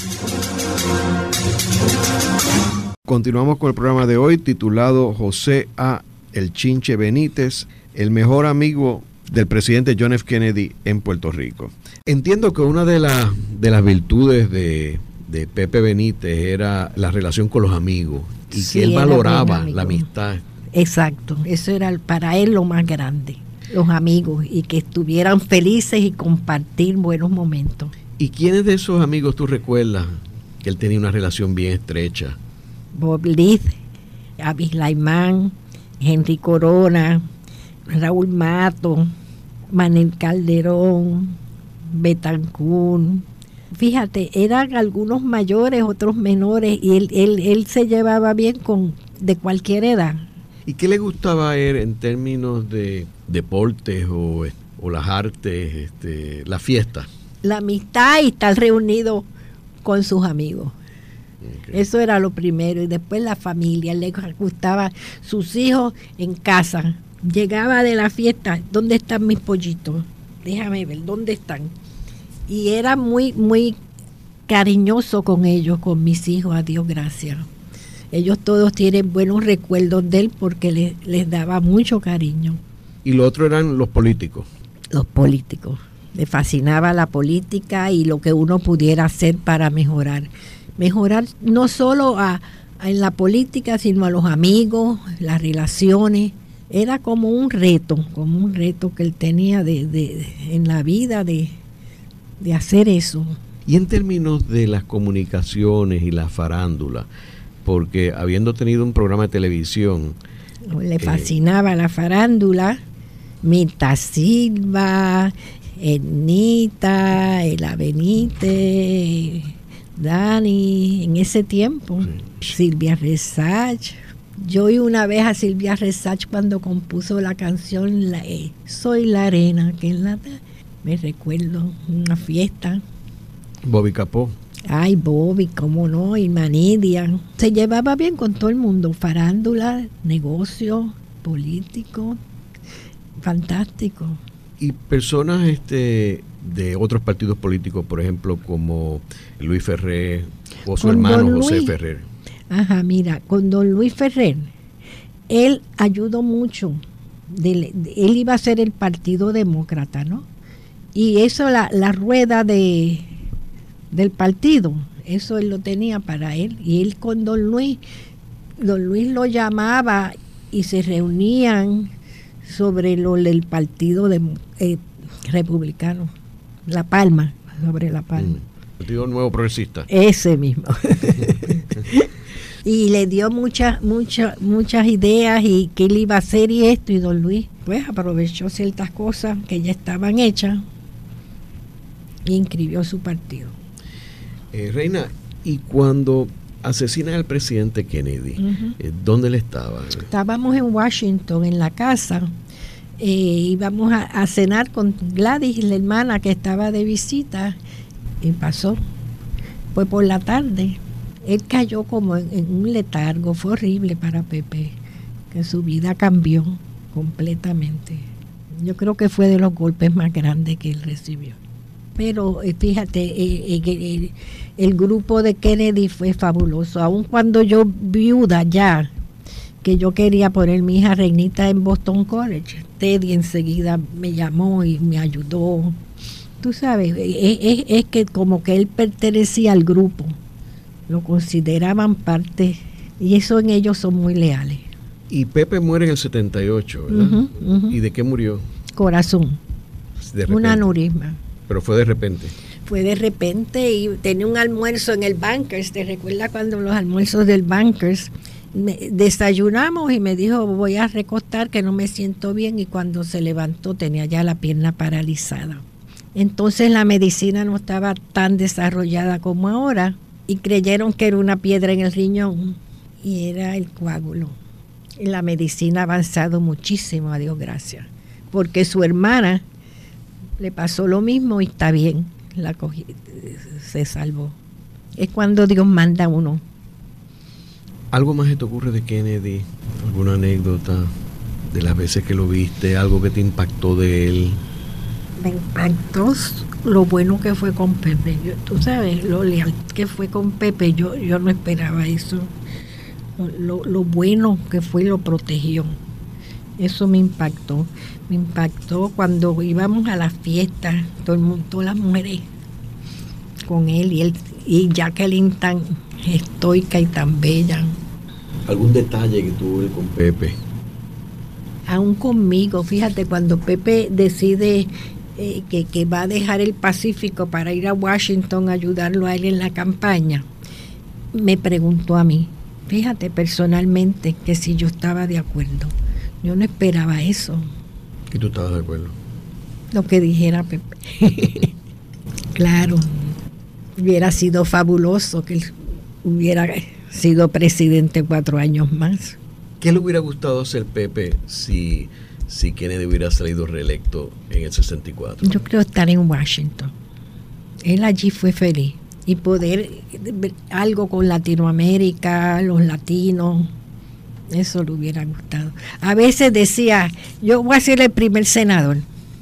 Continuamos con el programa de hoy titulado José A. El Chinche Benítez, el mejor amigo del presidente John F. Kennedy en Puerto Rico. Entiendo que una de las virtudes de de Pepe Benítez era la relación con los amigos y Sí, que él era valoraba bien la amigo. amistad. Exacto, eso era para él lo más grande, los amigos, y que estuvieran felices y compartir buenos momentos. ¿Y quiénes de esos amigos tú recuerdas que él tenía una relación bien estrecha? Bob Liz, Avis Laimán, Henry Corona, Raúl Mato, Manel Calderón, Betancourt. Fíjate, eran algunos mayores, otros menores, y él se llevaba bien con de cualquier edad. ¿Y qué le gustaba a él en términos de deportes o las artes, la fiesta? La amistad y estar reunido con sus amigos. Okay. Eso era lo primero. Y después la familia. Le gustaba sus hijos en casa. Llegaba de la fiesta, ¿dónde están mis pollitos? Déjame ver, ¿dónde están? Y era muy, muy cariñoso con ellos, con mis hijos, a Dios gracias. Ellos todos tienen buenos recuerdos de él porque les daba mucho cariño. Y lo otro eran los políticos. Los políticos. Le fascinaba la política y lo que uno pudiera hacer para mejorar. Mejorar no solo en la política, sino a los amigos, las relaciones. Era como un reto que él tenía en la vida de hacer eso. Y en términos de las comunicaciones y la farándula, porque habiendo tenido un programa de televisión... Le fascinaba la farándula, Mirta Silva, Ednita, Ela Benítez, Dani, en ese tiempo, sí. Silvia Resach. Yo oí una vez a Silvia Resach cuando compuso la canción Soy la arena, que es me recuerdo, una fiesta. Bobby Capó. Ay, Bobby, cómo no, y Manidia. Se llevaba bien con todo el mundo, farándula, negocio, político, fantástico. Y personas de otros partidos políticos, por ejemplo, como Luis Ferrer o su hermano José Ferrer. Ajá, mira, con don Luis Ferrer, él ayudó mucho. Él iba a ser el Partido Demócrata, ¿no? Y eso, la rueda del partido, eso él lo tenía para él. Y él con don Luis lo llamaba y se reunían sobre el partido republicano, La Palma, sobre La Palma. Partido Nuevo Progresista. Ese mismo. Y le dio muchas ideas y qué él iba a hacer y esto, y don Luis pues aprovechó ciertas cosas que ya estaban hechas y inscribió su partido. Reina, y cuando asesinan al presidente Kennedy, ¿dónde él estaba? Estábamos en Washington, en la casa, íbamos a cenar con Gladys, la hermana que estaba de visita, y pasó. Fue por la tarde. Él cayó como en un letargo, fue horrible para Pepe, que su vida cambió completamente. Yo creo que fue de los golpes más grandes que él recibió. Pero fíjate, el grupo de Kennedy fue fabuloso. Aun cuando yo viuda ya, que yo quería poner mi hija Reinita en Boston College, Teddy enseguida me llamó y me ayudó. Tú sabes, es que como que él pertenecía al grupo, lo consideraban parte, y eso en ellos son muy leales. Y Pepe muere en el 78, ¿verdad? ¿Y de qué murió? Corazón, un aneurisma. Pero fue de repente. Fue de repente y tenía un almuerzo en el Bankers. ¿Te recuerdas cuando los almuerzos del Bankers? Desayunamos y me dijo, voy a recostar que no me siento bien, y cuando se levantó tenía ya la pierna paralizada. Entonces la medicina no estaba tan desarrollada como ahora y creyeron que era una piedra en el riñón y era el coágulo. Y la medicina ha avanzado muchísimo, a Dios gracias, porque su hermana le pasó lo mismo y está bien, se salvó. Es cuando Dios manda a uno. ¿Algo más que te ocurre de Kennedy? ¿Alguna anécdota de las veces que lo viste? ¿Algo que te impactó de él? Me impactó lo bueno que fue con Pepe. Tú sabes, lo leal que fue con Pepe, yo no esperaba eso. Lo bueno que fue, lo protegió. Eso me impactó. Me impactó cuando íbamos a las fiestas, todo el mundo, todas las mujeres con él y Jacqueline tan estoica y tan bella. ¿Algún detalle que tuve con Pepe? Aún conmigo, fíjate, cuando Pepe decide que va a dejar el Pacífico para ir a Washington a ayudarlo a él en la campaña, me preguntó a mí, fíjate, personalmente, que si yo estaba de acuerdo. Yo no esperaba eso. ¿Y tú estabas de acuerdo? Lo que dijera Pepe. Claro, hubiera sido fabuloso que él hubiera sido presidente 4 años más. ¿Qué le hubiera gustado hacer Pepe si Kennedy hubiera salido reelecto en el 64? Yo creo estar en Washington. Él allí fue feliz. Y poder algo con Latinoamérica, los latinos, eso le hubiera gustado. A veces decía, yo voy a ser el primer senador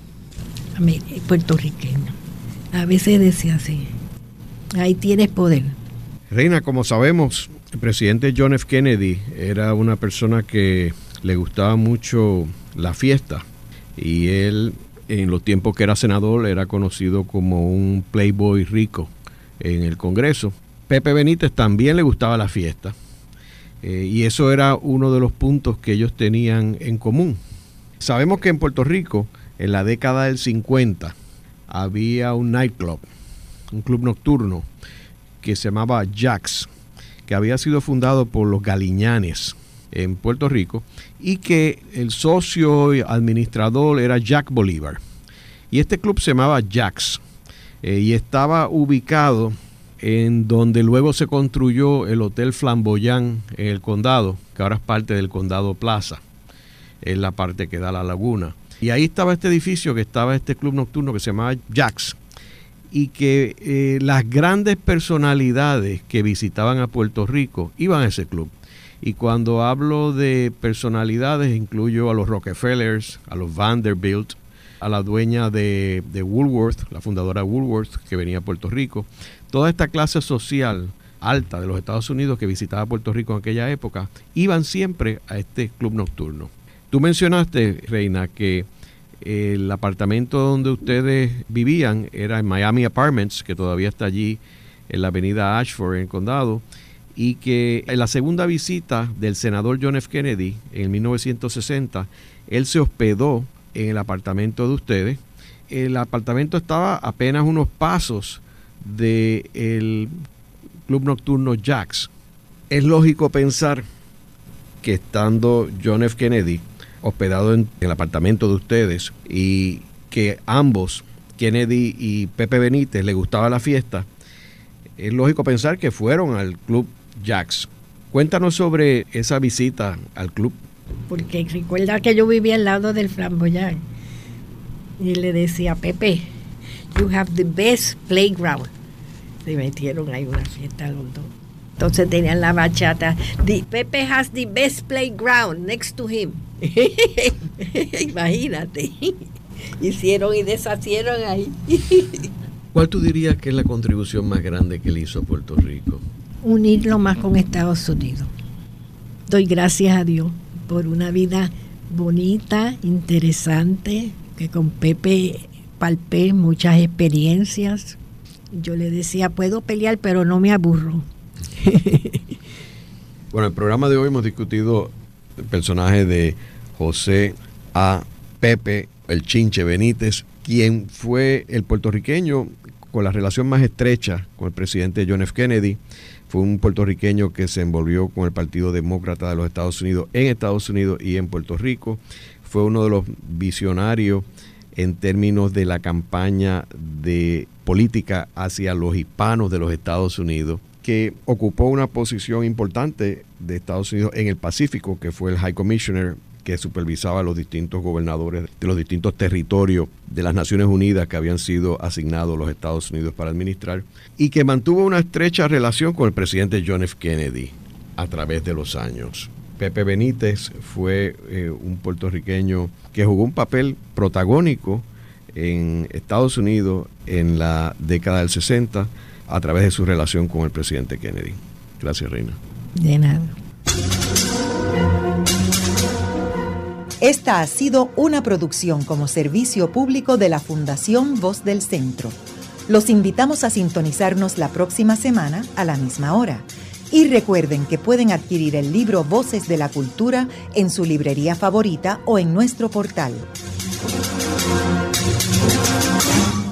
puertorriqueño. A veces decía así. Ahí tienes poder. Reina, como sabemos, el presidente John F. Kennedy era una persona que le gustaba mucho la fiesta y él, en los tiempos que era senador, era conocido como un playboy rico en el Congreso. Pepe Benítez también le gustaba la fiesta y eso era uno de los puntos que ellos tenían en común. Sabemos que en Puerto Rico, en la década del 50, había un nightclub, un club nocturno que se llamaba Jack's, que había sido fundado por los Galiñanes en Puerto Rico y que el socio administrador era Jack Bolívar. Y este club se llamaba Jack's y estaba ubicado en donde luego se construyó el Hotel Flamboyant en el condado, que ahora es parte del Condado Plaza, es la parte que da a la laguna. Y ahí estaba este edificio, que estaba este club nocturno que se llamaba Jack's, y que las grandes personalidades que visitaban a Puerto Rico iban a ese club. Y cuando hablo de personalidades, incluyo a los Rockefellers, a los Vanderbilt, a la dueña de Woolworth, la fundadora de Woolworth, que venía a Puerto Rico. Toda esta clase social alta de los Estados Unidos que visitaba Puerto Rico en aquella época, iban siempre a este club nocturno. Tú mencionaste, Reina, que el apartamento donde ustedes vivían era en Miami Apartments, que todavía está allí en la avenida Ashford, en el condado, y que en la segunda visita del senador John F. Kennedy en 1960, él se hospedó en el apartamento de ustedes. El apartamento estaba apenas unos pasos del club nocturno Jack's. Es lógico pensar que estando John F. Kennedy hospedado en el apartamento de ustedes y que ambos, Kennedy y Pepe Benítez, les gustaba la fiesta, es lógico pensar que fueron al club Jack's. Cuéntanos sobre esa visita al club. Porque recuerda que yo vivía al lado del Flamboyant y le decía, Pepe, you have the best playground. Se metieron ahí una fiesta los dos. Entonces tenían la bachata, Pepe has the best playground next to him. Imagínate, hicieron y deshacieron ahí. ¿Cuál tú dirías que es la contribución más grande que le hizo a Puerto Rico? Unirlo más con Estados Unidos. Doy gracias a Dios por una vida bonita, interesante, que con Pepe palpé muchas experiencias. Yo le decía, puedo pelear, pero no me aburro. Bueno, en el programa de hoy hemos discutido el personaje de José A. Pepe el Chinche Benítez, quien fue el puertorriqueño con la relación más estrecha con el presidente John F. Kennedy. Fue un puertorriqueño que se envolvió con el Partido Demócrata de los Estados Unidos en Estados Unidos y en Puerto Rico. Fue uno de los visionarios en términos de la campaña de política hacia los hispanos de los Estados Unidos, que ocupó una posición importante de Estados Unidos en el Pacífico, que fue el High Commissioner, que supervisaba a los distintos gobernadores de los distintos territorios de las Naciones Unidas que habían sido asignados a los Estados Unidos para administrar, y que mantuvo una estrecha relación con el presidente John F. Kennedy a través de los años. Pepe Benítez fue un puertorriqueño que jugó un papel protagónico en Estados Unidos en la década del 60 a través de su relación con el presidente Kennedy. Gracias, Reina. De nada. Esta ha sido una producción como servicio público de la Fundación Voz del Centro. Los invitamos a sintonizarnos la próxima semana a la misma hora. Y recuerden que pueden adquirir el libro Voces de la Cultura en su librería favorita o en nuestro portal.